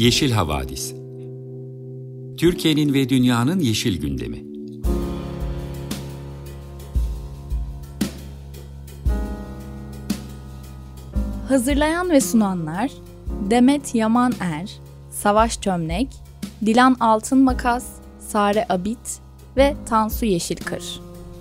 Yeşil Havadis. Türkiye'nin ve dünyanın yeşil gündemi. Hazırlayan ve sunanlar Demet Yaman Savaş Çömlek, Dilan Altınmakas, Sare Abit ve Tansu Yeşilkır.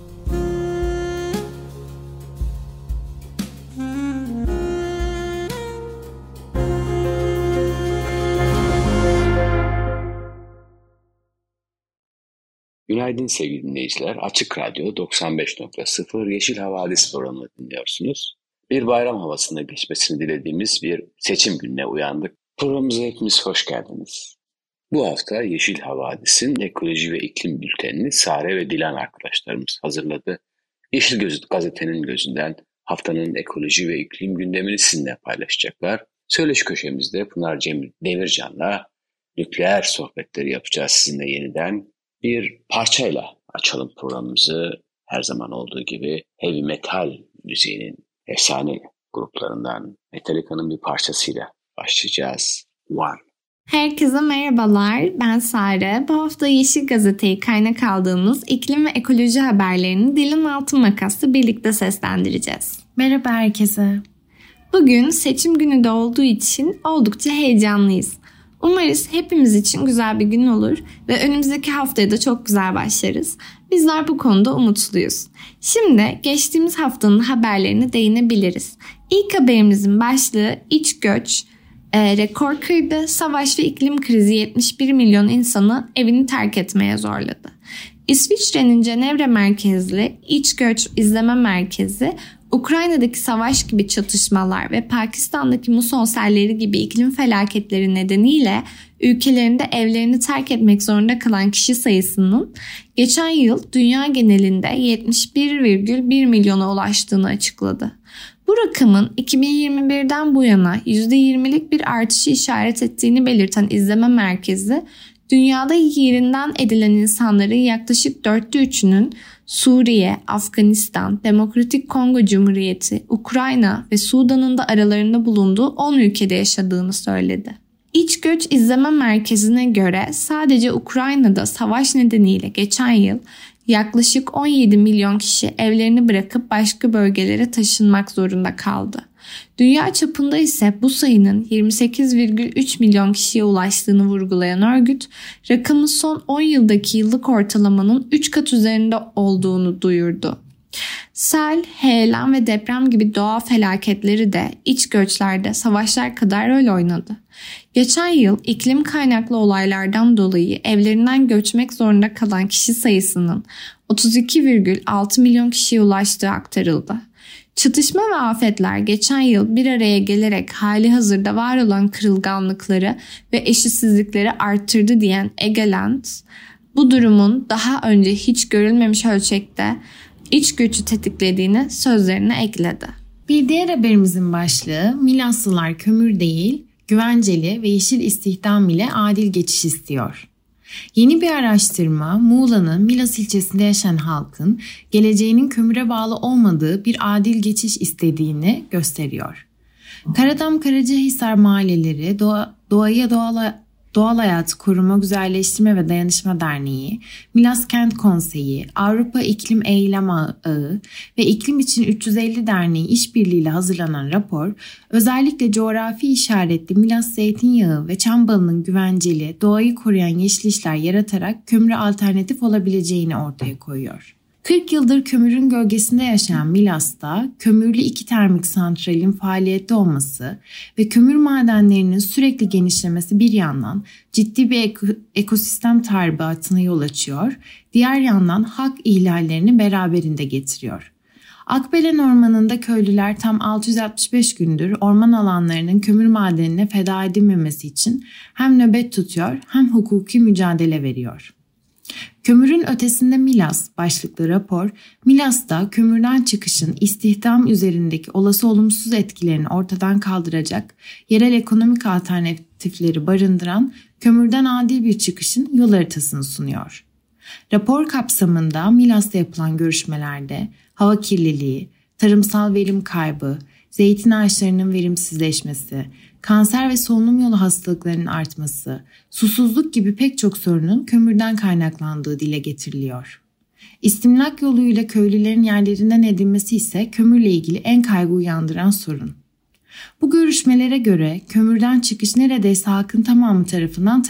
Günaydın sevgili dinleyiciler. Açık Radyo 95.0 Yeşil Havadis programını dinliyorsunuz. Bir bayram havasında geçmesini dilediğimiz bir seçim gününe uyandık. Programımıza hepiniz hoş geldiniz. Bu hafta Yeşil Havadis'in ekoloji ve iklim bültenini Sare ve Dilan arkadaşlarımız hazırladı. Yeşil Gazete'nin gözünden haftanın ekoloji ve iklim gündemini sizinle paylaşacaklar. Söyleşi köşemizde Pınar Demircan'la nükleer sohbetleri yapacağız sizinle yeniden. Bir parçayla açalım programımızı. Her zaman olduğu gibi heavy metal müziğinin efsane gruplarından Metallica'nın bir parçasıyla başlayacağız. One. Herkese merhabalar, ben Sare. Bu hafta Yeşil Gazete'yi kaynak aldığımız iklim ve ekoloji haberlerini Dilan Altınmakas'la birlikte seslendireceğiz. Merhaba herkese. Bugün seçim günü de olduğu için oldukça heyecanlıyız. Umarız hepimiz için güzel bir gün olur ve önümüzdeki haftaya da çok güzel başlarız. Bizler bu konuda umutluyuz. Şimdi geçtiğimiz haftanın haberlerine değinebiliriz. İlk haberimizin başlığı iç göç, rekor kırdı, savaş ve iklim krizi 71 milyon insanı evini terk etmeye zorladı. İsviçre'nin Cenevre merkezli İç Göç İzleme Merkezi, Ukrayna'daki savaş gibi çatışmalar ve Pakistan'daki muson selleri gibi iklim felaketleri nedeniyle ülkelerinde evlerini terk etmek zorunda kalan kişi sayısının geçen yıl dünya genelinde 71,1 milyona ulaştığını açıkladı. Bu rakamın 2021'den bu yana %20'lik bir artışı işaret ettiğini belirten izleme merkezi, dünyada yerinden edilen insanların yaklaşık 3'ünün Suriye, Afganistan, Demokratik Kongo Cumhuriyeti, Ukrayna ve Sudan'ın da aralarında bulunduğu 10 ülkede yaşadığını söyledi. İç Göç İzleme Merkezi'ne göre sadece Ukrayna'da savaş nedeniyle geçen yıl yaklaşık 17 milyon kişi evlerini bırakıp başka bölgelere taşınmak zorunda kaldı. Dünya çapında ise bu sayının 28,3 milyon kişiye ulaştığını vurgulayan örgüt, rakamın son 10 yıldaki yıllık ortalamanın 3 kat üzerinde olduğunu duyurdu. Sel, heyelan ve deprem gibi doğa felaketleri de iç göçlerde savaşlar kadar rol oynadı. Geçen yıl iklim kaynaklı olaylardan dolayı evlerinden göçmek zorunda kalan kişi sayısının 32,6 milyon kişiye ulaştığı aktarıldı. Çatışma ve afetler geçen yıl bir araya gelerek hali hazırda var olan kırılganlıkları ve eşitsizlikleri arttırdı diyen Egeland, bu durumun daha önce hiç görülmemiş ölçekte iç göçü tetiklediğini sözlerine ekledi. Bir diğer haberimizin başlığı Milaslılar kömür değil, güvenceli ve yeşil istihdam ile adil geçiş istiyor. Yeni bir araştırma Muğla'nın Milas ilçesinde yaşayan halkın geleceğinin kömüre bağlı olmadığı bir adil geçiş istediğini gösteriyor. Karadam Karacahisar mahalleleri Doğal Hayat Koruma, Güzelleştirme ve Dayanışma Derneği, Milas Kent Konseyi, Avrupa İklim Eylem Ağı ve İklim İçin 350 Derneği işbirliğiyle hazırlanan rapor, özellikle coğrafi işaretli Milas zeytinyağı ve çam balının güvenceli, doğayı koruyan yeşil işler yaratarak kömüre alternatif olabileceğini ortaya koyuyor. 40 yıldır kömürün gölgesinde yaşayan Milas'ta kömürlü 2 termik santralin faaliyette olması ve kömür madenlerinin sürekli genişlemesi bir yandan ciddi bir ekosistem tahribatına yol açıyor, diğer yandan hak ihlallerini beraberinde getiriyor. Akbelen Ormanı'nda köylüler tam 665 gündür orman alanlarının kömür madenine feda edilmemesi için hem nöbet tutuyor hem hukuki mücadele veriyor. Kömürün ötesinde Milas başlıklı rapor, Milas'ta kömürden çıkışın istihdam üzerindeki olası olumsuz etkilerini ortadan kaldıracak yerel ekonomik alternatifleri barındıran kömürden adil bir çıkışın yol haritasını sunuyor. Rapor kapsamında Milas'ta yapılan görüşmelerde hava kirliliği, tarımsal verim kaybı, zeytin ağaçlarının verimsizleşmesi, Kanser ve solunum yolu hastalıklarının artması, susuzluk gibi pek çok sorunun kömürden kaynaklandığı dile getiriliyor. İstimlak yoluyla köylülerin yerlerinden edilmesi ise kömürle ilgili en kaygı uyandıran sorun. Bu görüşmelere göre kömürden çıkış neredeyse halkın tamamı tarafından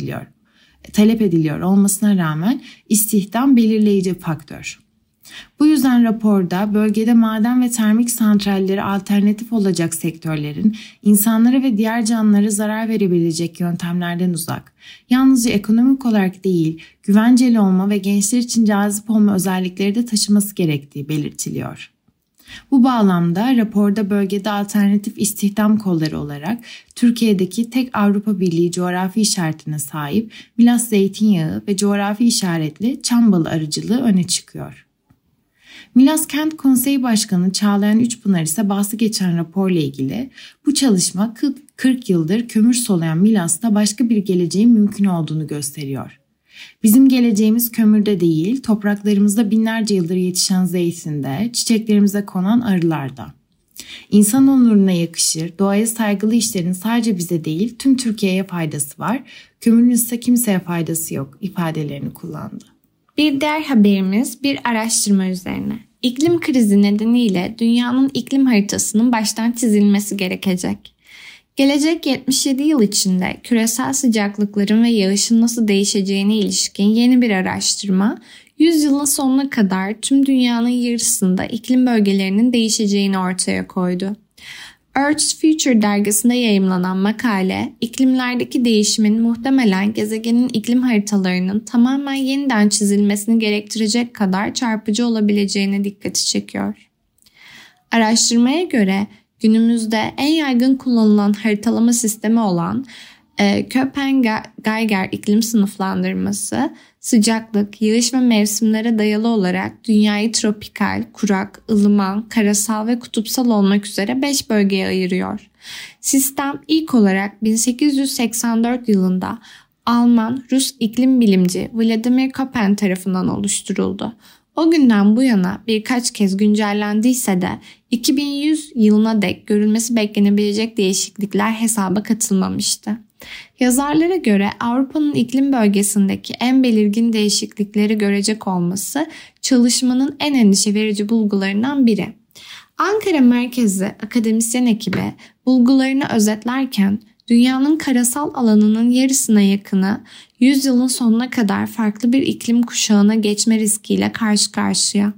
talep ediliyor olmasına rağmen istihdam belirleyici faktör. Bu yüzden raporda bölgede maden ve termik santralleri alternatif olacak sektörlerin insanlara ve diğer canlılara zarar verebilecek yöntemlerden uzak, yalnızca ekonomik olarak değil, güvenceli olma ve gençler için cazip olma özellikleri de taşıması gerektiği belirtiliyor. Bu bağlamda raporda bölgede alternatif istihdam kolları olarak Türkiye'deki tek Avrupa Birliği coğrafi işaretine sahip Milas zeytinyağı ve coğrafi işaretli çam balı arıcılığı öne çıkıyor. Milas Kent Konseyi Başkanı Çağlayan Üçpınar ise bahsi geçen raporla ilgili bu çalışma 40 yıldır kömür solayan Milas'ta başka bir geleceğin mümkün olduğunu gösteriyor. Bizim geleceğimiz kömürde değil, topraklarımızda binlerce yıldır yetişen zeytinde, çiçeklerimize konan arılarda. İnsan onuruna yakışır, doğaya saygılı işlerin sadece bize değil tüm Türkiye'ye faydası var, kömürün ise kimseye faydası yok ifadelerini kullandı. Bir diğer haberimiz bir araştırma üzerine. İklim krizi nedeniyle dünyanın iklim haritasının baştan çizilmesi gerekecek. Gelecek 77 yıl içinde küresel sıcaklıkların ve yağışın nasıl değişeceğine ilişkin yeni bir araştırma, 100 yılın sonuna kadar tüm dünyanın yarısında iklim bölgelerinin değişeceğini ortaya koydu. Earth's Future dergisinde yayımlanan makale, iklimlerdeki değişimin muhtemelen gezegenin iklim haritalarının tamamen yeniden çizilmesini gerektirecek kadar çarpıcı olabileceğine dikkati çekiyor. Araştırmaya göre günümüzde en yaygın kullanılan haritalama sistemi olan Köppen-Geiger iklim sınıflandırması, sıcaklık, yağış ve mevsimlere dayalı olarak dünyayı tropikal, kurak, ılıman, karasal ve kutupsal olmak üzere 5 bölgeye ayırıyor. Sistem ilk olarak 1884 yılında Alman-Rus iklim bilimci Vladimir Köppen tarafından oluşturuldu. O günden bu yana birkaç kez güncellendiyse de 2100 yılına dek görülmesi beklenebilecek değişiklikler hesaba katılmamıştı. Yazarlara göre Avrupa'nın iklim bölgesindeki en belirgin değişiklikleri görecek olması çalışmanın en endişe verici bulgularından biri. Ankara merkezli akademisyen ekibi bulgularını özetlerken dünyanın karasal alanının yarısına yakını 100 yılın sonuna kadar farklı bir iklim kuşağına geçme riskiyle karşı karşıya.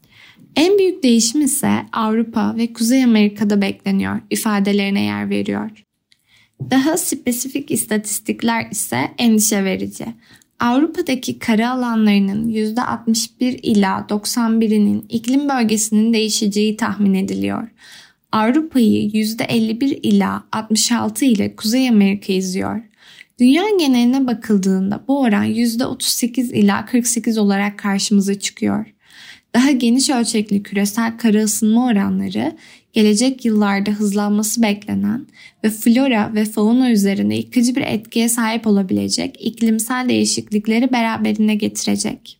En büyük değişim ise Avrupa ve Kuzey Amerika'da bekleniyor ifadelerine yer veriyor. Daha spesifik istatistikler ise endişe verici. Avrupa'daki kara alanlarının %61 ila 91'inin iklim bölgesinin değişeceği tahmin ediliyor. Avrupa'yı %51 ila 66 ile Kuzey Amerika izliyor. Dünya geneline bakıldığında bu oran %38 ila 48 olarak karşımıza çıkıyor. Daha geniş ölçekli küresel kara ısınma oranları, gelecek yıllarda hızlanması beklenen ve flora ve fauna üzerinde yıkıcı bir etkiye sahip olabilecek iklimsel değişiklikleri beraberine getirecek.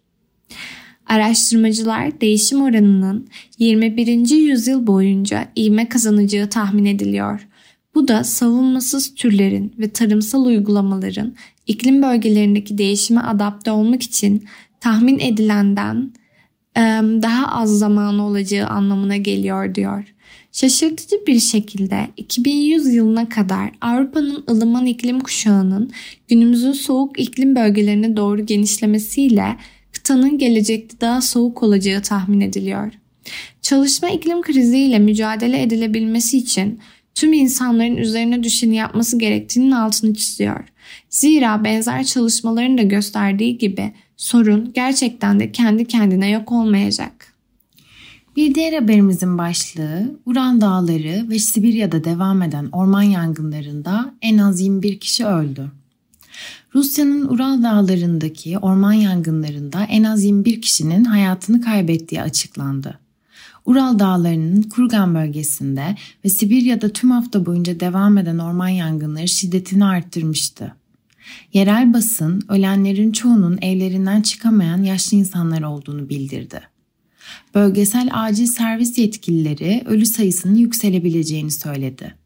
Araştırmacılar değişim oranının 21. yüzyıl boyunca ivme kazanacağı tahmin ediliyor. Bu da savunmasız türlerin ve tarımsal uygulamaların iklim bölgelerindeki değişime adapte olmak için tahmin edilenden daha az zamanı olacağı anlamına geliyor diyor. Şaşırtıcı bir şekilde 2100 yılına kadar Avrupa'nın ılıman iklim kuşağının günümüzün soğuk iklim bölgelerine doğru genişlemesiyle kıtanın gelecekte daha soğuk olacağı tahmin ediliyor. Çalışma iklim kriziyle mücadele edilebilmesi için tüm insanların üzerine düşeni yapması gerektiğinin altını çiziyor. Zira benzer çalışmaların da gösterdiği gibi sorun gerçekten de kendi kendine yok olmayacak. Bir diğer haberimizin başlığı, Ural Dağları ve Sibirya'da devam eden orman yangınlarında en az 21 kişi öldü. Rusya'nın Ural Dağları'ndaki orman yangınlarında en az 21 kişinin hayatını kaybettiği açıklandı. Ural Dağları'nın Kurgan bölgesinde ve Sibirya'da tüm hafta boyunca devam eden orman yangınları şiddetini arttırmıştı. Yerel basın, ölenlerin çoğunun evlerinden çıkamayan yaşlı insanlar olduğunu bildirdi. Bölgesel acil servis yetkilileri ölü sayısının yükselebileceğini söyledi.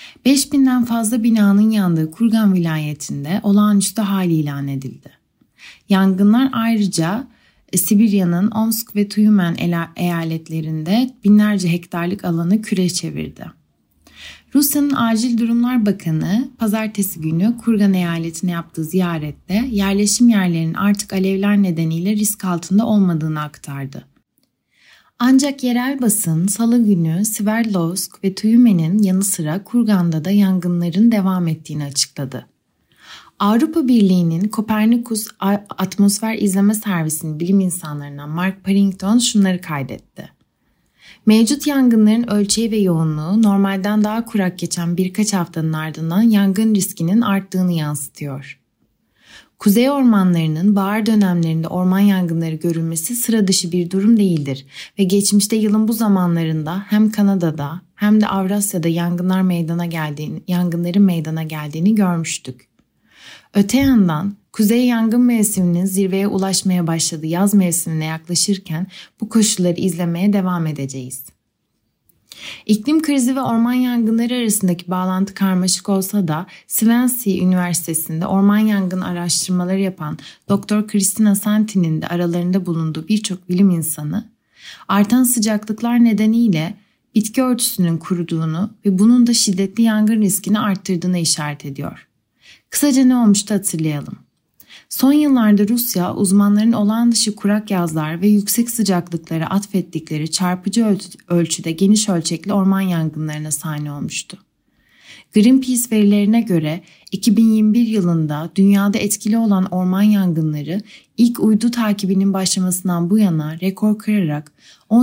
5.000'den fazla binanın yandığı Kurgan vilayetinde olağanüstü hal ilan edildi. Yangınlar ayrıca Sibirya'nın Omsk ve Tyumen eyaletlerinde binlerce hektarlık alanı küre çevirdi. Rusya'nın Acil Durumlar Bakanı pazartesi günü Kurgan eyaletine yaptığı ziyarette yerleşim yerlerinin artık alevler nedeniyle risk altında olmadığını aktardı. Ancak yerel basın Salı günü Sverdlovsk ve Tyumen'in yanı sıra Kurgan'da da yangınların devam ettiğini açıkladı. Avrupa Birliği'nin Kopernikus Atmosfer İzleme Servisi'nin bilim insanlarından Mark Parrington şunları kaydetti. Mevcut yangınların ölçeği ve yoğunluğu normalden daha kurak geçen birkaç haftanın ardından yangın riskinin arttığını yansıtıyor. Kuzey ormanlarının bahar dönemlerinde orman yangınları görülmesi sıra dışı bir durum değildir ve geçmişte yılın bu zamanlarında hem Kanada'da hem de Avrasya'da yangınların meydana geldiğini görmüştük. Öte yandan kuzey yangın mevsiminin zirveye ulaşmaya başladığı yaz mevsimine yaklaşırken bu koşulları izlemeye devam edeceğiz. İklim krizi ve orman yangınları arasındaki bağlantı karmaşık olsa da Swansea Üniversitesi'nde orman yangın araştırmaları yapan Dr. Christina Santi'nin de aralarında bulunduğu birçok bilim insanı, artan sıcaklıklar nedeniyle bitki örtüsünün kuruduğunu ve bunun da şiddetli yangın riskini arttırdığına işaret ediyor. Kısaca ne olmuştu hatırlayalım. Son yıllarda Rusya uzmanların olağan dışı kurak yazlar ve yüksek sıcaklıklara atfettikleri çarpıcı ölçüde geniş ölçekli orman yangınlarına sahne olmuştu. Greenpeace verilerine göre 2021 yılında dünyada etkili olan orman yangınları ilk uydu takibinin başlamasından bu yana rekor kırarak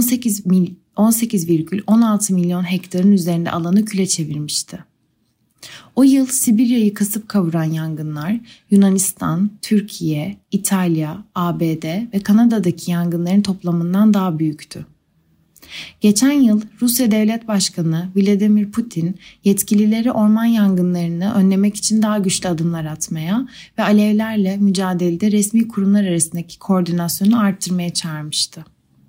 18,16 milyon hektarın üzerinde alanı küle çevirmişti. O yıl Sibirya'yı kasıp kavuran yangınlar Yunanistan, Türkiye, İtalya, ABD ve Kanada'daki yangınların toplamından daha büyüktü. Geçen yıl Rusya Devlet Başkanı Vladimir Putin yetkilileri orman yangınlarını önlemek için daha güçlü adımlar atmaya ve alevlerle mücadelede resmi kurumlar arasındaki koordinasyonu arttırmaya çağırmıştı.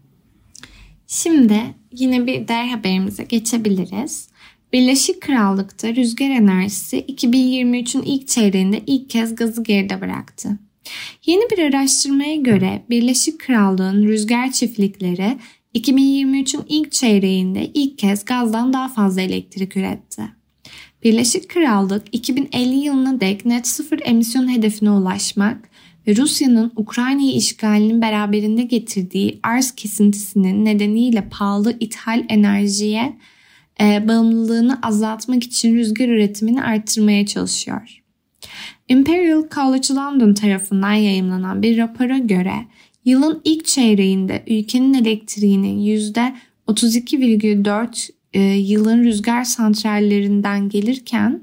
Şimdi yine bir diğer haberimize geçebiliriz. Birleşik Krallık'ta rüzgar enerjisi 2023'ün ilk çeyreğinde ilk kez gazı geride bıraktı. Yeni bir araştırmaya göre Birleşik Krallık'ın rüzgar çiftlikleri 2023'ün ilk çeyreğinde ilk kez gazdan daha fazla elektrik üretti. Birleşik Krallık 2050 yılına dek net sıfır emisyon hedefine ulaşmak ve Rusya'nın Ukrayna'yı işgalinin beraberinde getirdiği arz kesintisinin nedeniyle pahalı ithal enerjiye bağımlılığını azaltmak için rüzgar üretimini arttırmaya çalışıyor. Imperial College London tarafından yayımlanan bir rapora göre yılın ilk çeyreğinde ülkenin elektriğinin %32,4 yılın rüzgar santrallerinden gelirken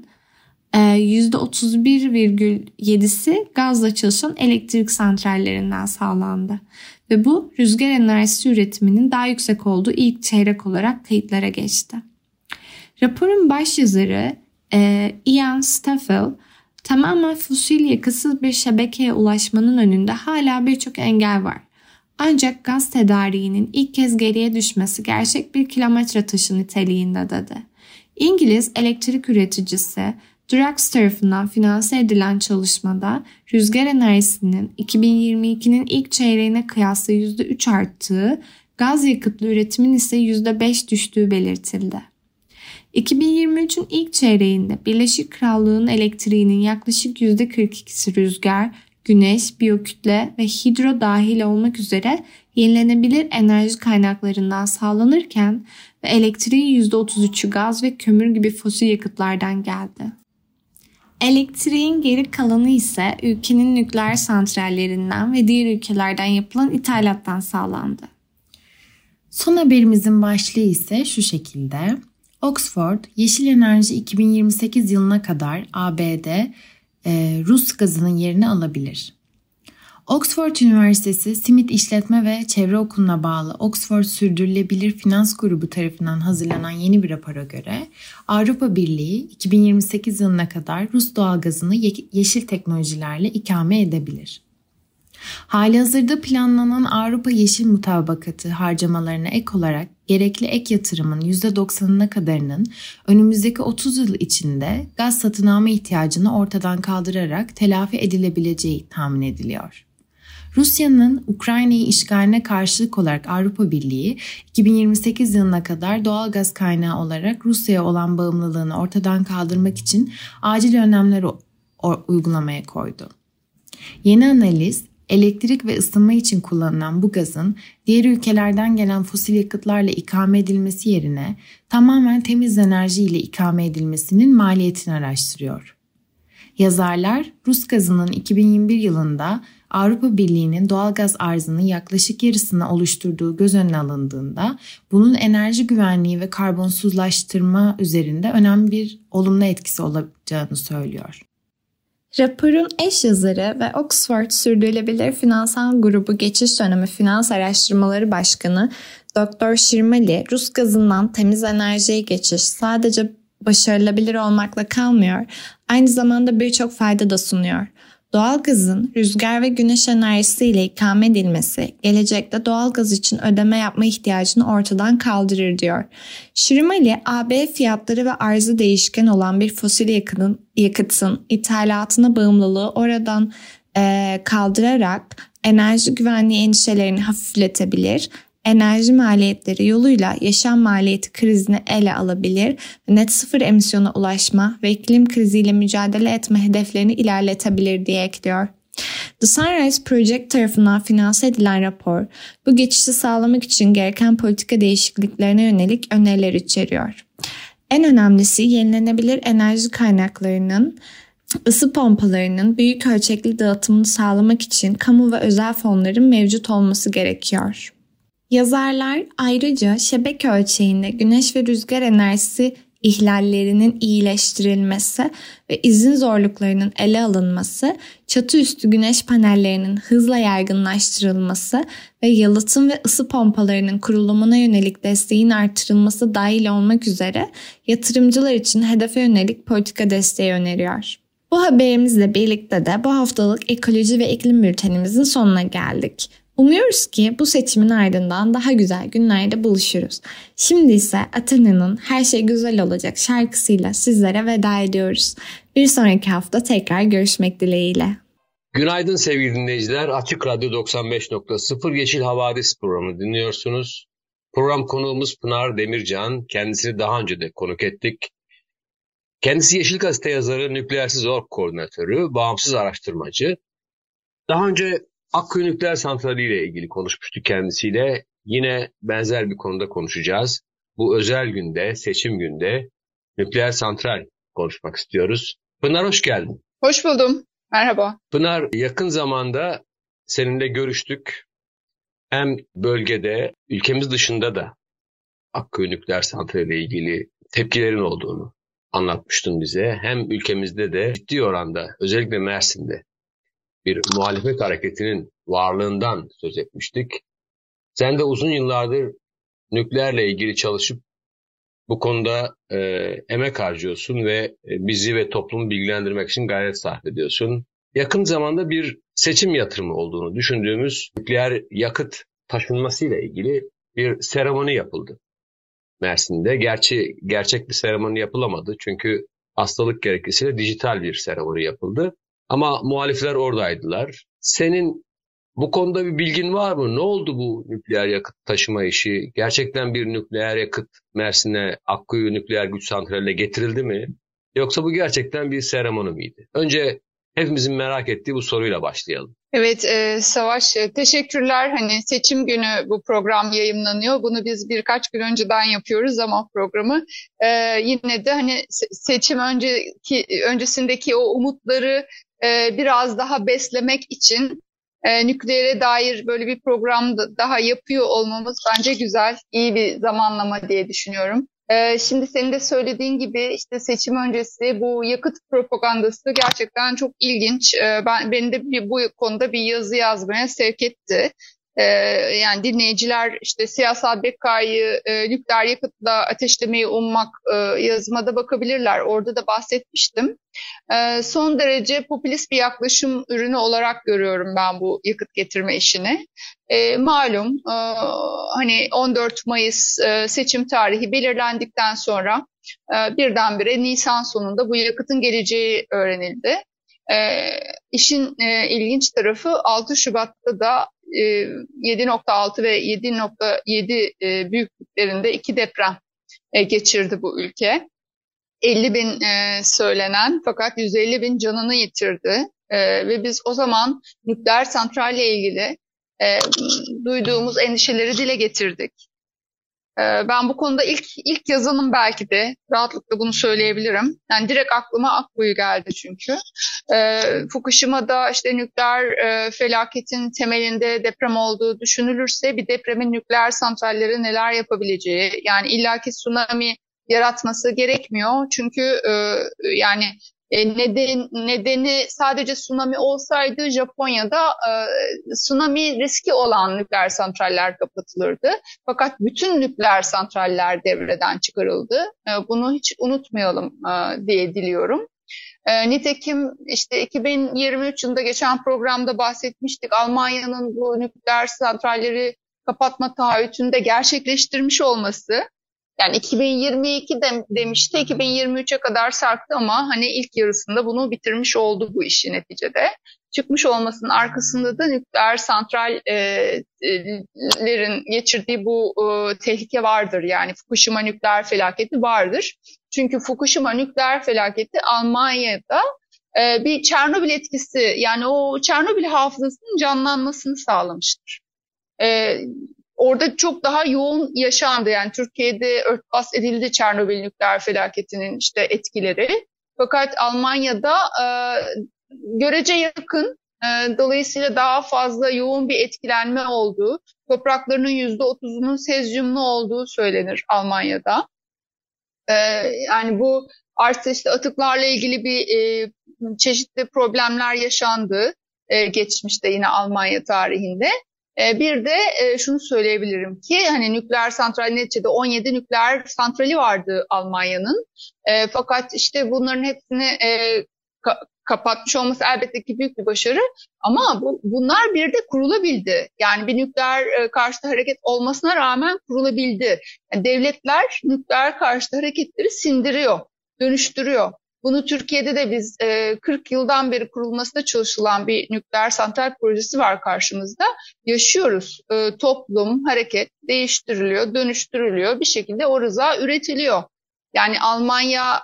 %31,7'si gazla çalışan elektrik santrallerinden sağlandı. Ve bu rüzgar enerjisi üretiminin daha yüksek olduğu ilk çeyrek olarak kayıtlara geçti. Raporun başyazarı Ian Staffel, tamamen fosil yakıtsız bir şebekeye ulaşmanın önünde hala birçok engel var. Ancak gaz tedariğinin ilk kez geriye düşmesi gerçek bir kilometre taşı niteliğinde dedi. İngiliz elektrik üreticisi Drax tarafından finanse edilen çalışmada rüzgar enerjisinin 2022'nin ilk çeyreğine kıyasla %3 arttığı, gaz yakıtlı üretimin ise %5 düştüğü belirtildi. 2023'ün ilk çeyreğinde Birleşik Krallık'ın elektriğinin yaklaşık %42'si rüzgar, güneş, biyokütle ve hidro dahil olmak üzere yenilenebilir enerji kaynaklarından sağlanırken ve elektriğin %33'ü gaz ve kömür gibi fosil yakıtlardan geldi. Elektriğin geri kalanı ise ülkenin nükleer santrallerinden ve diğer ülkelerden yapılan ithalattan sağlandı. Son haberimizin başlığı ise şu şekilde. Oxford, yeşil enerji 2028 yılına kadar ABD, Rus gazının yerini alabilir. Oxford Üniversitesi Smith İşletme ve Çevre Okulu'na bağlı Oxford Sürdürülebilir Finans Grubu tarafından hazırlanan yeni bir rapora göre Avrupa Birliği 2028 yılına kadar Rus doğalgazını yeşil teknolojilerle ikame edebilir. Halihazırda planlanan Avrupa Yeşil Mutabakatı harcamalarına ek olarak gerekli ek yatırımın %90'ına kadarının önümüzdeki 30 yıl içinde gaz satın alma ihtiyacını ortadan kaldırarak telafi edilebileceği tahmin ediliyor. Rusya'nın Ukrayna'yı işgaline karşılık olarak Avrupa Birliği 2028 yılına kadar doğal gaz kaynağı olarak Rusya'ya olan bağımlılığını ortadan kaldırmak için acil önlemler uygulamaya koydu. Yeni analiz, elektrik ve ısınma için kullanılan bu gazın diğer ülkelerden gelen fosil yakıtlarla ikame edilmesi yerine tamamen temiz enerji ile ikame edilmesinin maliyetini araştırıyor. Yazarlar, Rus gazının 2021 yılında Avrupa Birliği'nin doğal gaz arzının yaklaşık yarısını oluşturduğu göz önüne alındığında bunun enerji güvenliği ve karbonsuzlaştırma üzerinde önemli bir olumlu etkisi olacağını söylüyor. Raporun eş yazarı ve Oxford Sürdürülebilir Finansal Grubu Geçiş Dönemi Finans Araştırmaları Başkanı Dr. Shirmali, Rus gazından temiz enerjiye geçiş sadece başarılabilir olmakla kalmıyor, aynı zamanda birçok fayda da sunuyor. Doğalgazın rüzgar ve güneş enerjisiyle ikame edilmesi, gelecekte doğalgaz için ödeme yapma ihtiyacını ortadan kaldırır diyor. Shirmali, AB fiyatları ve arzı değişken olan bir fosil yakıtın ithalatına bağımlılığı oradan kaldırarak enerji güvenliği endişelerini hafifletebilir, enerji maliyetleri yoluyla yaşam maliyeti krizini ele alabilir ve net sıfır emisyona ulaşma ve iklim kriziyle mücadele etme hedeflerini ilerletebilir diye ekliyor. The Sunrise Project tarafından finanse edilen rapor, bu geçişi sağlamak için gereken politika değişikliklerine yönelik öneriler içeriyor. En önemlisi yenilenebilir enerji kaynaklarının ısı pompalarının büyük ölçekli dağıtımını sağlamak için kamu ve özel fonların mevcut olması gerekiyor. Yazarlar ayrıca şebeke ölçeğinde güneş ve rüzgar enerjisi ihlallerinin iyileştirilmesi ve izin zorluklarının ele alınması, çatı üstü güneş panellerinin hızla yaygınlaştırılması ve yalıtım ve ısı pompalarının kurulumuna yönelik desteğin artırılması dahil olmak üzere yatırımcılar için hedefe yönelik politika desteği öneriyor. Bu haberimizle birlikte de bu haftalık ekoloji ve iklim bültenimizin sonuna geldik. Umuyoruz ki bu seçimin ardından daha güzel günlerde buluşuruz. Şimdi ise Athena'nın Her Şey Güzel Olacak şarkısıyla sizlere veda ediyoruz. Bir sonraki hafta tekrar görüşmek dileğiyle. Günaydın sevgili dinleyiciler. Açık Radyo 95.0 Yeşil Havadis programını dinliyorsunuz. Program konuğumuz Pınar Demircan. Kendisini daha önce de konuk ettik. Kendisi Yeşil Gazete yazarı, Nükleersiz Org koordinatörü, bağımsız araştırmacı. Daha önce Akkuyu Nükleer Santrali ile ilgili konuşmuştuk kendisiyle. Yine benzer bir konuda konuşacağız. Bu özel günde, seçim günde nükleer santral konuşmak istiyoruz. Pınar hoş geldin. Hoş buldum. Merhaba. Pınar, yakın zamanda seninle görüştük. Hem bölgede, ülkemiz dışında da Akkuyu Nükleer Santrali ile ilgili tepkilerin olduğunu anlatmıştın bize. Hem ülkemizde de ciddi oranda, özellikle Mersin'de bir muhalefet hareketinin varlığından söz etmiştik. Sen de uzun yıllardır nükleerle ilgili çalışıp bu konuda emek harcıyorsun ve bizi ve toplumu bilgilendirmek için gayret sarf ediyorsun. Yakın zamanda bir seçim yatırımı olduğunu düşündüğümüz nükleer yakıt taşınmasıyla ilgili bir seremoni yapıldı Mersin'de. Gerçi gerçek bir seremoni yapılamadı çünkü hastalık gerekçesiyle dijital bir seremoni yapıldı. Ama muhalifler oradaydılar. Senin bu konuda bir bilgin var mı? Ne oldu bu nükleer yakıt taşıma işi? Gerçekten bir nükleer yakıt Mersin'e, Akkuyu Nükleer Güç Santrali'ne getirildi mi? Yoksa bu gerçekten bir seremoni miydi? Önce hepimizin merak ettiği bu soruyla başlayalım. Evet Savaş, teşekkürler. Hani seçim günü bu program yayımlanıyor. Bunu biz birkaç gün önceden yapıyoruz ama programı yine de hani seçim öncesindeki o umutları biraz daha beslemek için nükleere dair böyle bir program daha yapıyor olmamız bence güzel, iyi bir zamanlama diye düşünüyorum. Şimdi senin de söylediğin gibi işte seçim öncesi bu yakıt propagandası gerçekten çok ilginç. Beni de bu konuda bir yazı yazmaya sevk etti. Yani dinleyiciler işte siyasal bekayı nükleer yakıtla ateşlemeyi ummak yazıma da bakabilirler. Orada da bahsetmiştim. Son derece popülist bir yaklaşım ürünü olarak görüyorum ben bu yakıt getirme işini. Malum hani 14 Mayıs seçim tarihi belirlendikten sonra birdenbire Nisan sonunda bu yakıtın geleceği öğrenildi. İşin ilginç tarafı 6 Şubat'ta da 7.6 ve 7.7 büyüklüklerinde 2 deprem geçirdi bu ülke. 50 bin söylenen fakat 150 bin canını yitirdi. Ve biz o zaman nükleer santralle ilgili duyduğumuz endişeleri dile getirdik. Ben bu konuda ilk yazanım belki de rahatlıkla bunu söyleyebilirim. Yani direkt aklıma Akkuyu geldi çünkü. Fukushima'da işte nükleer felaketin temelinde deprem olduğu düşünülürse bir depremin nükleer santralleri neler yapabileceği, yani illaki tsunami yaratması gerekmiyor. Çünkü yani nedeni sadece tsunami olsaydı Japonya'da tsunami riski olan nükleer santraller kapatılırdı. Fakat bütün nükleer santraller devreden çıkarıldı. Bunu hiç unutmayalım diye diliyorum. Nitekim işte 2023 yılında geçen programda bahsetmiştik. Almanya'nın bu nükleer santralleri kapatma taahhütünü de gerçekleştirmiş olması. Yani 2022 demişti, 2023'e kadar sarktı ama hani ilk yarısında bunu bitirmiş oldu bu işi neticede. Çıkmış olmasının arkasında da nükleer santrallerin geçirdiği bu tehlike vardır. Yani Fukushima nükleer felaketi vardır. Çünkü Fukushima nükleer felaketi Almanya'da bir Çernobil etkisi, yani o Çernobil hafızasının canlanmasını sağlamıştır. Orada çok daha yoğun yaşandı. Yani Türkiye'de örtbas edildi Çernobil nükleer felaketinin işte etkileri. Fakat Almanya'da görece yakın, dolayısıyla daha fazla yoğun bir etkilenme olduğu, topraklarının %30'unun sezyumlu olduğu söylenir Almanya'da. Yani bu artı işte atıklarla ilgili bir çeşitli problemler yaşandı geçmişte yine Almanya tarihinde. Bir de şunu söyleyebilirim ki hani nükleer santral neticede 17 nükleer santrali vardı Almanya'nın. Fakat işte bunların hepsini kapatmış olması elbette ki büyük bir başarı. Ama bunlar bir de kurulabildi. Yani bir nükleer karşıtı hareket olmasına rağmen kurulabildi. Yani devletler nükleer karşıtı hareketleri sindiriyor, dönüştürüyor. Bunu Türkiye'de de biz 40 yıldan beri kurulmasına çalışılan bir nükleer santral projesi var karşımızda. Yaşıyoruz. Toplum, hareket değiştiriliyor, dönüştürülüyor. Bir şekilde o rıza üretiliyor. Yani Almanya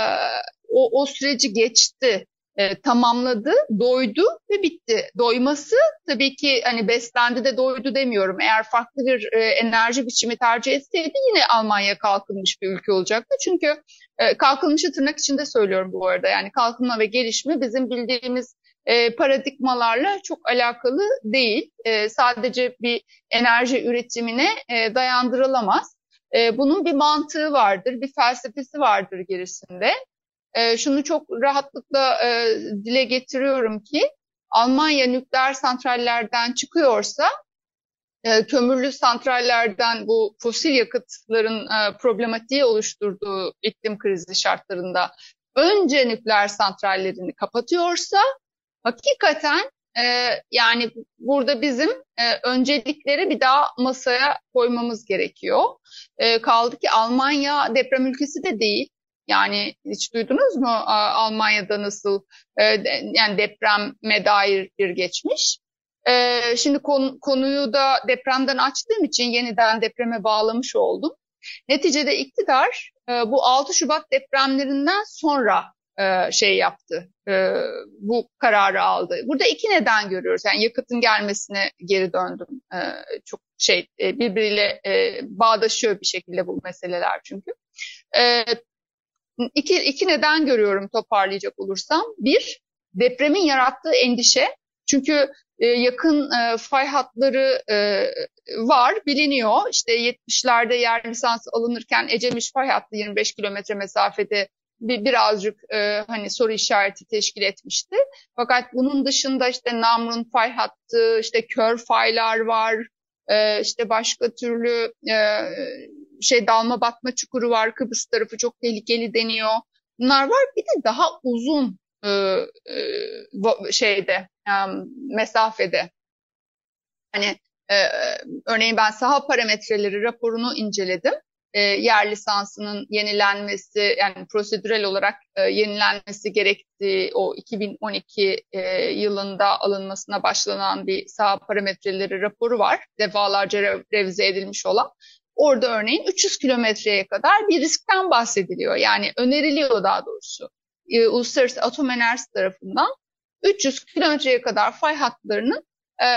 o süreci geçti, tamamladı, doydu ve bitti. Doyması tabii ki hani beslendi de doydu demiyorum. Eğer farklı bir enerji biçimi tercih etseydi yine Almanya kalkınmış bir ülke olacaktı. Çünkü kalkınmışı tırnak içinde söylüyorum bu arada. Yani kalkınma ve gelişme bizim bildiğimiz paradigmalarla çok alakalı değil. Sadece bir enerji üretimine dayandırılamaz. Bunun bir mantığı vardır, bir felsefesi vardır gerisinde. Şunu çok rahatlıkla dile getiriyorum ki Almanya nükleer santrallerden çıkıyorsa kömürlü santrallerden bu fosil yakıtların problematiği oluşturduğu iklim krizi şartlarında önce nükleer santrallerini kapatıyorsa hakikaten yani burada bizim öncelikleri bir daha masaya koymamız gerekiyor. Kaldı ki Almanya deprem ülkesi de değil. Yani hiç duydunuz mu Almanya'da nasıl yani depreme dair bir geçmiş? Şimdi konuyu da depremden açtığım için yeniden depreme bağlamış oldum. Neticede iktidar bu 6 Şubat depremlerinden sonra yaptı, bu kararı aldı. Burada iki neden görüyoruz. Yani yakıtın gelmesine geri döndüm. Çok birbiriyle bağdaşıyor bir şekilde bu meseleler çünkü. İki neden görüyorum toparlayacak olursam. Bir, depremin yarattığı endişe. Çünkü yakın fay hatları var, biliniyor. İşte 70'lerde yer lisansı alınırken Ecemiş fay hattı 25 kilometre mesafede birazcık hani soru işareti teşkil etmişti. Fakat bunun dışında işte Namrun fay hattı, işte kör faylar var, işte başka türlü dalma batma çukuru var, Kıbrıs tarafı çok tehlikeli deniyor. Bunlar var. Bir de daha uzun mesafede. Hani örneğin ben saha parametreleri raporunu inceledim. Yer lisansının yenilenmesi, yani prosedürel olarak yenilenmesi gerektiği o 2012 yılında alınmasına başlanan bir saha parametreleri raporu var. Defalarca revize edilmiş olan. Orada örneğin 300 kilometreye kadar bir riskten bahsediliyor. Yani öneriliyor daha doğrusu. Uluslararası Atom Enerjisi tarafından 300 kilometreye kadar fay hatlarının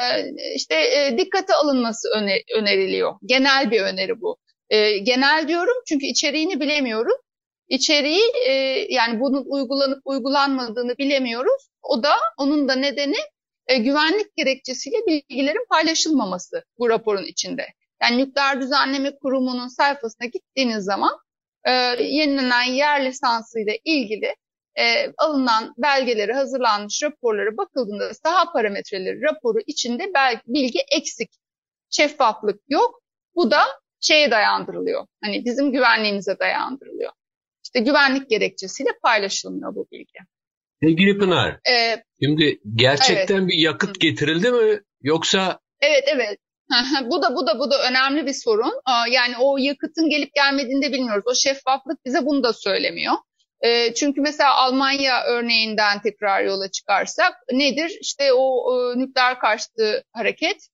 dikkate alınması öneriliyor. Genel bir öneri bu. Genel diyorum çünkü içeriğini bilemiyorum. İçeriği yani bunun uygulanıp uygulanmadığını bilemiyoruz. Onun da nedeni güvenlik gerekçesiyle bilgilerin paylaşılmaması bu raporun içinde. Yani Nükleer Düzenleme Kurumu'nun sayfasına gittiğiniz zaman yenilenen yer lisansıyla ilgili alınan belgeleri, hazırlanmış raporlara bakıldığında saha parametreleri raporu içinde bilgi eksik, şeffaflık yok. Bu da şeye dayandırılıyor. Hani bizim güvenliğimize dayandırılıyor. İşte güvenlik gerekçesiyle paylaşılmıyor bu bilgi. Sevgili Pınar, şimdi gerçekten bir yakıt getirildi mi yoksa? Evet. Bu da önemli bir sorun. Yani o yakıtın gelip gelmediğini de bilmiyoruz. O şeffaflık bize bunu da söylemiyor. Çünkü mesela Almanya örneğinden tekrar yola çıkarsak nedir? İşte o nükleer karşıtı hareket,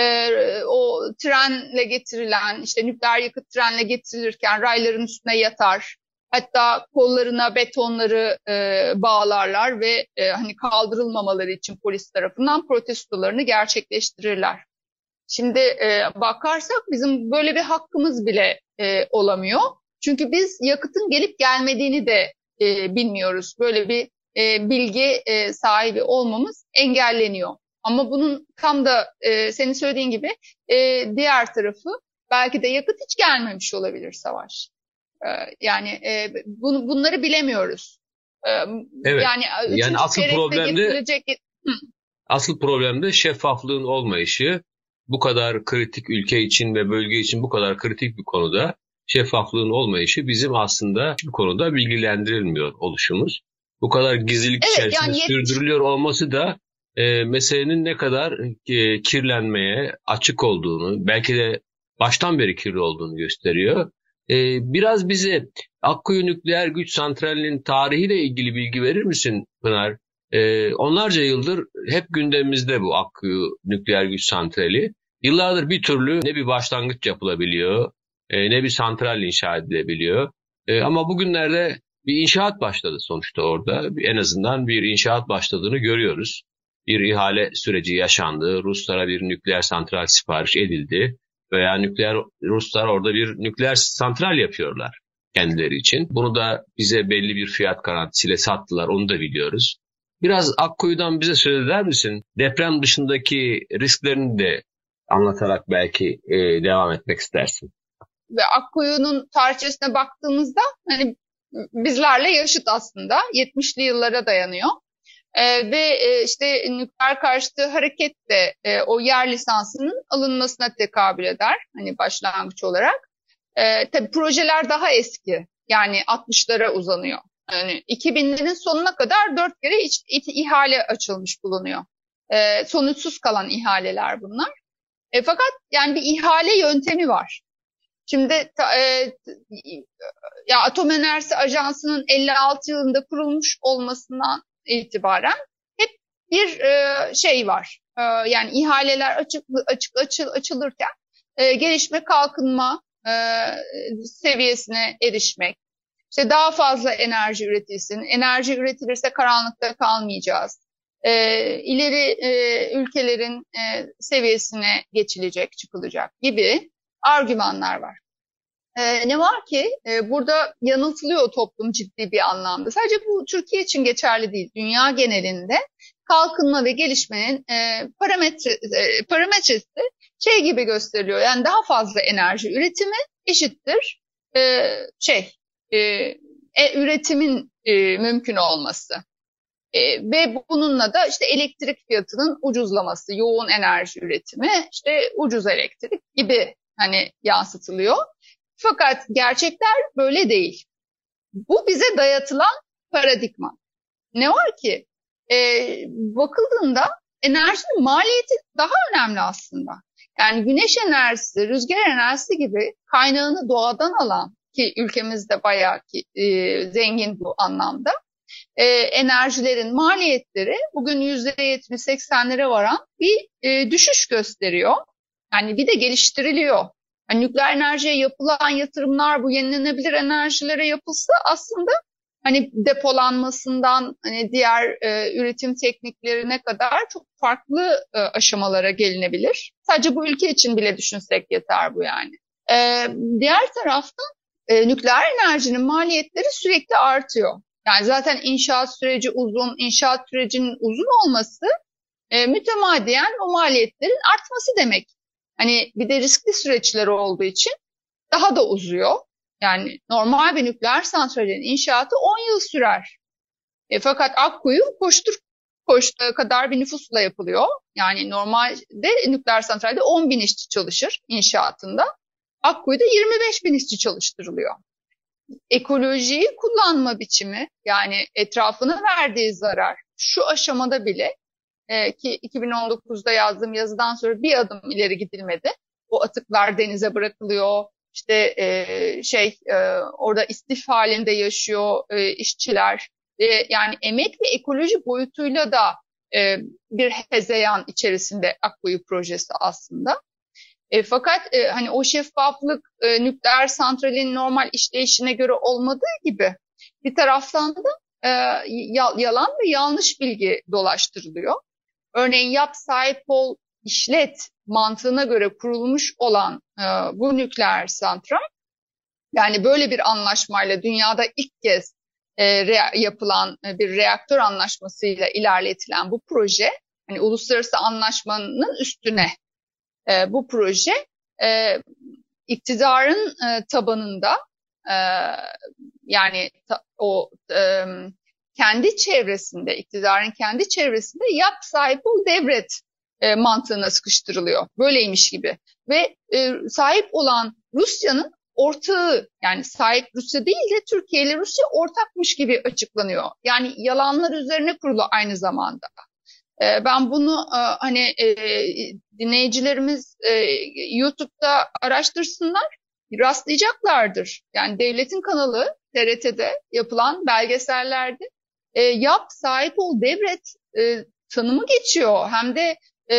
o trenle getirilen, işte nükleer yakıt trenle getirilirken rayların üstüne yatar. Hatta kollarına betonları bağlarlar ve hani kaldırılmamaları için polis tarafından protestolarını gerçekleştirirler. Şimdi bakarsak bizim böyle bir hakkımız bile olamıyor. Çünkü biz yakıtın gelip gelmediğini de bilmiyoruz. Böyle bir bilgi sahibi olmamız engelleniyor. Ama bunun tam da senin söylediğin gibi diğer tarafı belki de yakıt hiç gelmemiş olabilir Savaş. Yani bunları bilemiyoruz. Evet. Yani asıl problemde şeffaflığın olmayışı. Bu kadar kritik ülke için ve bölge için bu kadar kritik bir konuda şeffaflığın olmayışı bizim aslında bu konuda bilgilendirilmiyor oluşumuz. Bu kadar gizlilik içerisinde sürdürülüyor olması da meselenin ne kadar kirlenmeye açık olduğunu, belki de baştan beri kirli olduğunu gösteriyor. Biraz bize Akkuyu Nükleer Güç Santrali'nin tarihiyle ilgili bilgi verir misin Pınar? Onlarca yıldır hep gündemimizde bu Akkuyu Nükleer Güç Santrali. Yıllardır bir türlü ne bir başlangıç yapılabiliyor, ne bir santral inşa edilebiliyor. Ama bugünlerde bir inşaat başladı sonuçta orada. En azından bir inşaat başladığını görüyoruz. Bir ihale süreci yaşandı. Ruslara bir nükleer santral sipariş edildi. Veya Ruslar orada bir nükleer santral yapıyorlar kendileri için. Bunu da bize belli bir fiyat garantisiyle sattılar, onu da biliyoruz. Biraz Akkuyu'dan bize söz eder misin? Deprem dışındaki risklerini de anlatarak belki devam etmek istersin. Ve Akkuyu'nun tarihçesine baktığımızda hani bizlerle yaşıt aslında. 70'li yıllara dayanıyor. Ve işte nükleer karşıtı hareket de o yer lisansının alınmasına tekabül eder. Hani başlangıç olarak. Tabii projeler daha eski. Yani 60'lara uzanıyor. Yani 2000'lerin sonuna kadar 4 kere ihale açılmış bulunuyor. Sonuçsuz kalan ihaleler bunlar. Fakat yani bir ihale yöntemi var. Şimdi Atom Enerjisi Ajansı'nın 56 yılında kurulmuş olmasından itibaren hep bir şey var. Yani ihaleler açılırken gelişme kalkınma seviyesine erişmek. İşte daha fazla enerji üretilsin. Enerji üretilirse karanlıkta kalmayacağız. İleri ülkelerin seviyesine çıkılacak gibi argümanlar var. Ne var ki burada yanıltılıyor toplum ciddi bir anlamda. Sadece bu Türkiye için geçerli değil. Dünya genelinde kalkınma ve gelişmenin parametresi şey gibi gösteriliyor. Yani daha fazla enerji üretimi eşittir üretimin mümkün olması. Ve bununla da işte elektrik fiyatının ucuzlaması, yoğun enerji üretimi, işte ucuz elektrik gibi hani yansıtılıyor. Fakat gerçekler böyle değil. Bu bize dayatılan paradigma. Ne var ki? Bakıldığında enerjinin maliyeti daha önemli aslında. Yani güneş enerjisi, rüzgar enerjisi gibi kaynağını doğadan alan, ki ülkemizde bayağı zengin bu anlamda, enerjilerin maliyetleri bugün %70-80'lere varan bir düşüş gösteriyor. Yani bir de geliştiriliyor. Yani nükleer enerjiye yapılan yatırımlar bu yenilenebilir enerjilere yapılsa aslında hani depolanmasından hani diğer üretim tekniklerine kadar çok farklı aşamalara gelinebilir. Sadece bu ülke için bile düşünsek yeter bu yani. Diğer taraftan nükleer enerjinin maliyetleri sürekli artıyor. Yani zaten inşaat süreci uzun, inşaat sürecinin uzun olması mütemadiyen o maliyetlerin artması demek. Hani bir de riskli süreçleri olduğu için daha da uzuyor. Yani normal bir nükleer santralin inşaatı 10 yıl sürer. Fakat Akkuyu koştuğu kadar bir nüfusla yapılıyor. Yani normalde nükleer santralde 10 bin işçi çalışır inşaatında. Akkuyu'da 25 bin işçi çalıştırılıyor. Ekolojiyi kullanma biçimi, yani etrafına verdiği zarar şu aşamada bile ki 2019'da yazdığım yazıdan sonra bir adım ileri gidilmedi. O atıklar denize bırakılıyor. İşte orada istif halinde yaşıyor işçiler. Yani emek ve ekoloji boyutuyla da bir hezeyan içerisinde Akkuyu projesi aslında. Fakat hani o şeffaflık nükleer santralin normal işleyişine göre olmadığı gibi bir taraftan da yalan ve yanlış bilgi dolaştırılıyor. Örneğin yap, sahip ol, işlet mantığına göre kurulmuş olan bu nükleer santral, yani böyle bir anlaşmayla dünyada ilk kez yapılan bir reaktör anlaşmasıyla ilerletilen bu proje, hani uluslararası anlaşmanın üstüne bu proje iktidarın tabanında yani kendi çevresinde, iktidarın kendi çevresinde yap, sahip ol, devret mantığına sıkıştırılıyor. Böyleymiş gibi. Ve sahip olan Rusya'nın ortağı, yani sahip Rusya değil de Türkiye ile Rusya ortakmış gibi açıklanıyor. Yani yalanlar üzerine kurulu aynı zamanda. Ben bunu dinleyicilerimiz YouTube'da araştırsınlar, rastlayacaklardır. Yani devletin kanalı TRT'de yapılan belgesellerde yap, sahip ol, devret tanımı geçiyor. Hem de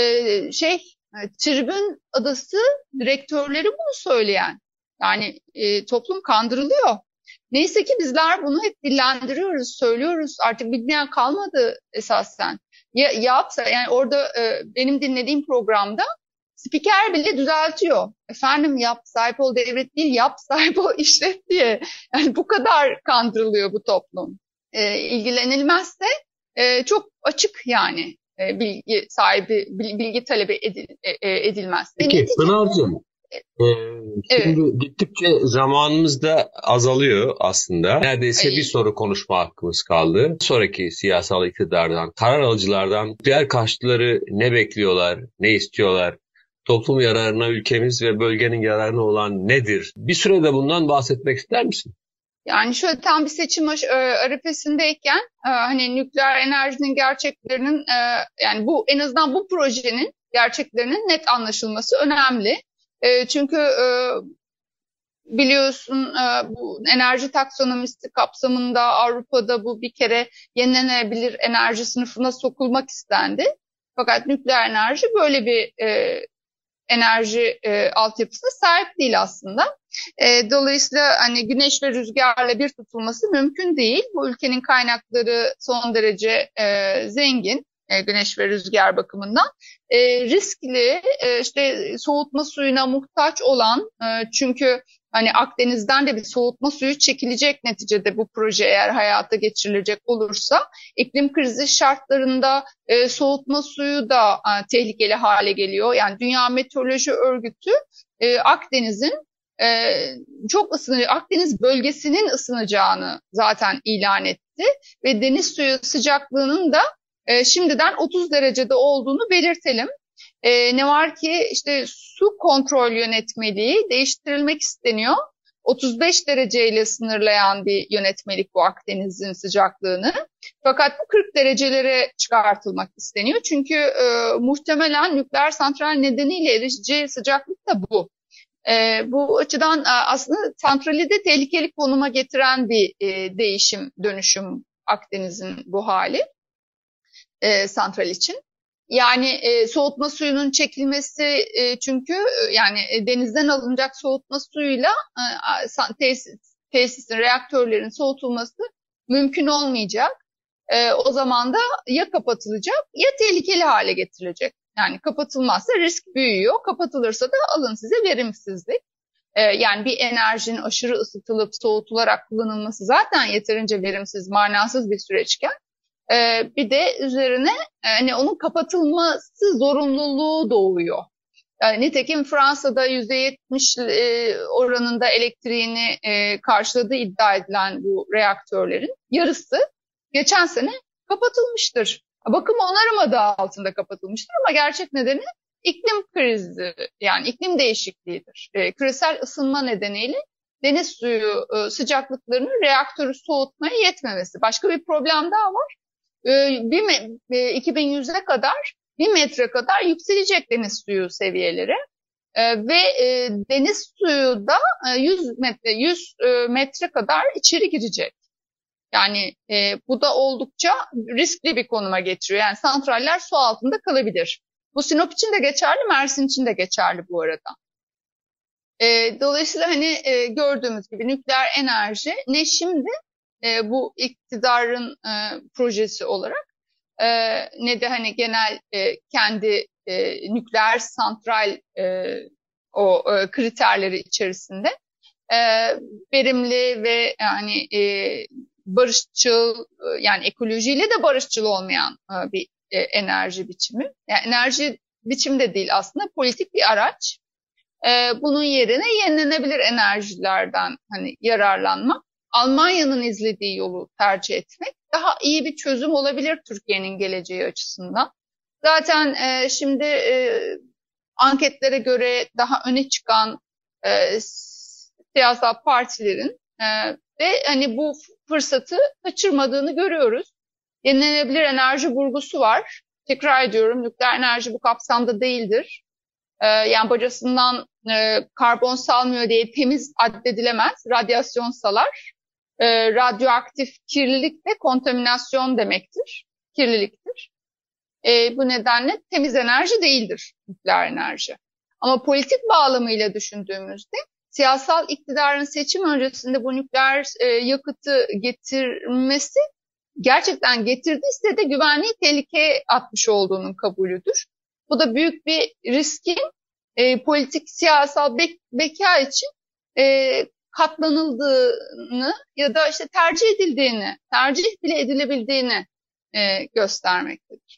Tribün Adası direktörleri bunu söyleyen. Yani toplum kandırılıyor. Neyse ki bizler bunu hep dillendiriyoruz, söylüyoruz. Artık bilmeyen kalmadı esasen. Yani orada benim dinlediğim programda spiker bile düzeltiyor. Efendim yap, sahip ol, devret değil, yap, sahip ol, işlet diye. Yani bu kadar kandırılıyor bu toplum. İlgilenilmezse çok açık yani bilgi talebi edilmez. Peki Pınar'cığım, şimdi gittikçe zamanımız da azalıyor aslında. Neredeyse bir soru konuşma hakkımız kaldı. Sonraki siyasal iktidardan, karar alıcılardan diğer karşıtları ne bekliyorlar, ne istiyorlar? Toplum yararına, ülkemiz ve bölgenin yararına olan nedir? Bir sürede bundan bahsetmek ister misin? Yani şöyle tam bir seçim arifesindeyken hani nükleer enerjinin gerçeklerinin yani bu en azından bu projenin gerçeklerinin net anlaşılması önemli. Çünkü biliyorsun bu enerji taksonomisi kapsamında Avrupa'da bu bir kere yenilenebilir enerji sınıfına sokulmak istendi. Fakat nükleer enerji böyle bir enerji altyapısına sahip değil aslında. Dolayısıyla hani güneş ve rüzgarla bir tutulması mümkün değil. Bu ülkenin kaynakları son derece zengin. Güneş ve rüzgar bakımından riskli, işte soğutma suyuna muhtaç olan, çünkü hani Akdeniz'den de bir soğutma suyu çekilecek neticede bu proje eğer hayata geçirilecek olursa, iklim krizi şartlarında soğutma suyu da tehlikeli hale geliyor. Yani Dünya Meteoroloji Örgütü Akdeniz'in çok ısınacak. Akdeniz bölgesinin ısınacağını zaten ilan etti ve deniz suyu sıcaklığının da şimdiden 30 derecede olduğunu belirtelim. Ne var ki işte su kontrol yönetmeliği değiştirilmek isteniyor. 35 dereceyle sınırlayan bir yönetmelik bu Akdeniz'in sıcaklığını. Fakat bu 40 derecelere çıkartılmak isteniyor. Çünkü muhtemelen nükleer santral nedeniyle erişeceği sıcaklık da bu. Bu açıdan aslında santrali de tehlikeli konuma getiren bir değişim, dönüşüm Akdeniz'in bu hali santral için. Yani soğutma suyunun çekilmesi çünkü yani denizden alınacak soğutma suyuyla tesisin, reaktörlerin soğutulması mümkün olmayacak. O zaman da ya kapatılacak ya tehlikeli hale getirilecek. Yani kapatılmazsa risk büyüyor, kapatılırsa da alın size verimsizlik. Yani bir enerjinin aşırı ısıtılıp soğutularak kullanılması zaten yeterince verimsiz, manasız bir süreçken bir de üzerine hani onun kapatılması zorunluluğu doğuyor. Yani nitekim Fransa'da %70 oranında elektriğini karşıladığı iddia edilen bu reaktörlerin yarısı geçen sene kapatılmıştır. Bakım onarım adı altında kapatılmıştır ama gerçek nedeni iklim krizi, yani iklim değişikliğidir. Küresel ısınma nedeniyle deniz suyu sıcaklıklarının reaktörü soğutmaya yetmemesi. Başka bir problem daha var. 2100'e kadar 1 metre kadar yükselecek deniz suyu seviyeleri ve deniz suyu da 100 metre kadar içeri girecek. Yani bu da oldukça riskli bir konuma getiriyor. Yani santraller su altında kalabilir. Bu Sinop için de geçerli, Mersin için de geçerli bu arada. Dolayısıyla hani gördüğümüz gibi nükleer enerji ne şimdi bu iktidarın projesi olarak ne de hani genel kendi nükleer santral kriterleri içerisinde verimli ve yani barışçıl, yani ekolojiyle de barışçıl olmayan bir enerji biçimi. Yani enerji biçimi de değil aslında, politik bir araç. Bunun yerine yenilenebilir enerjilerden hani yararlanmak, Almanya'nın izlediği yolu tercih etmek daha iyi bir çözüm olabilir Türkiye'nin geleceği açısından. Zaten şimdi anketlere göre daha öne çıkan siyasal partilerin ve hani bu fırsatı kaçırmadığını görüyoruz. Yenilenebilir enerji vurgusu var. Tekrar ediyorum, nükleer enerji bu kapsamda değildir. Yani bacasından karbon salmıyor diye temiz addedilemez. Radyasyon salar. Radyoaktif kirlilik ve kontaminasyon demektir. Kirliliktir. Bu nedenle temiz enerji değildir nükleer enerji. Ama politik bağlamıyla düşündüğümüzde siyasal iktidarın seçim öncesinde bu nükleer yakıtı getirmesi gerçekten getirdiyse de güvenliği tehlikeye atmış olduğunun kabulüdür. Bu da büyük bir riskin politik siyasal beka için katlanıldığını ya da işte tercih bile edilebildiğini göstermektedir.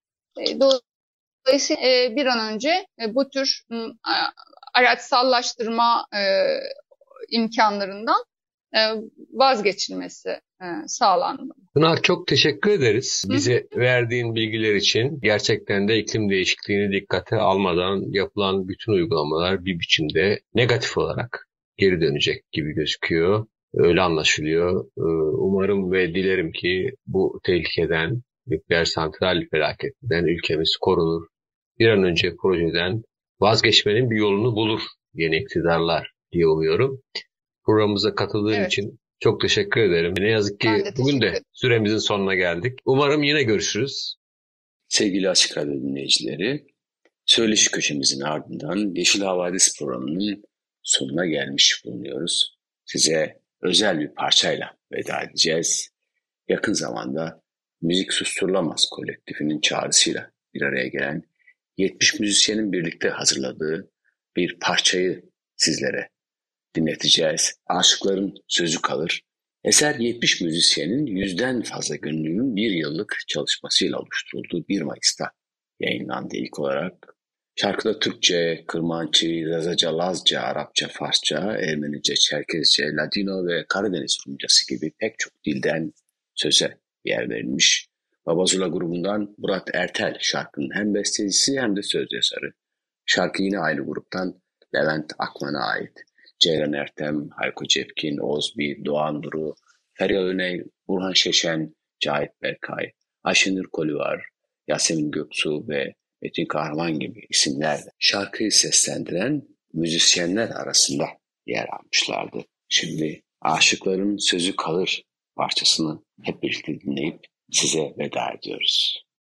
Dolayısıyla bir an önce bu tür araçsallaştırma imkanlarından vazgeçilmesi sağlanmalı. Pınar, çok teşekkür ederiz bize verdiğin bilgiler için. Gerçekten de iklim değişikliğini dikkate almadan yapılan bütün uygulamalar bir biçimde negatif olarak geri dönecek gibi gözüküyor. Öyle anlaşılıyor. Umarım ve dilerim ki bu tehlikeden, nükleer santral felaketinden ülkemiz korunur. Bir an önce projeden vazgeçmenin bir yolunu bulur yeni iktidarlar diye umuyorum. Programımıza katıldığın için çok teşekkür ederim. Ne yazık ki bugün de süremizin sonuna geldik. Umarım yine görüşürüz. Sevgili Açık Radyo dinleyicileri, söyleşi köşemizin ardından Yeşil Havadis programının sonuna gelmiş bulunuyoruz. Size özel bir parçayla veda edeceğiz. Yakın zamanda Müzik Susturulamaz kolektifinin çağrısıyla bir araya gelen 70 müzisyenin birlikte hazırladığı bir parçayı sizlere dinleteceğiz. Aşıkların sözü kalır. Eser 70 müzisyenin 100'den fazla gönüllünün bir yıllık çalışmasıyla oluşturulduğu 1 Mayıs'ta yayınlandı ilk olarak. Şarkıda Türkçe, Kırmançı, Zazaca, Lazca, Arapça, Farsça, Ermenice, Çerkezce, Ladino ve Karadeniz Rumcası gibi pek çok dilden söze yer verilmiş. Babazula grubundan Murat Ertel şarkının hem bestecisi hem de söz yazarı. Şarkı yine aynı gruptan Levent Akman'a ait. Ceylan Ertem, Hayko Cepkin, Ozbi, Doğan Duru, Feryal Öney, Burhan Şeşen, Cahit Berkay, Ayşenur Kolivar, Yasemin Göksu ve Metin Kahraman gibi isimlerle şarkıyı seslendiren müzisyenler arasında yer almışlardı. Şimdi Aşıkların Sözü Kalır parçasını hep birlikte dinleyip size veda ediyoruz.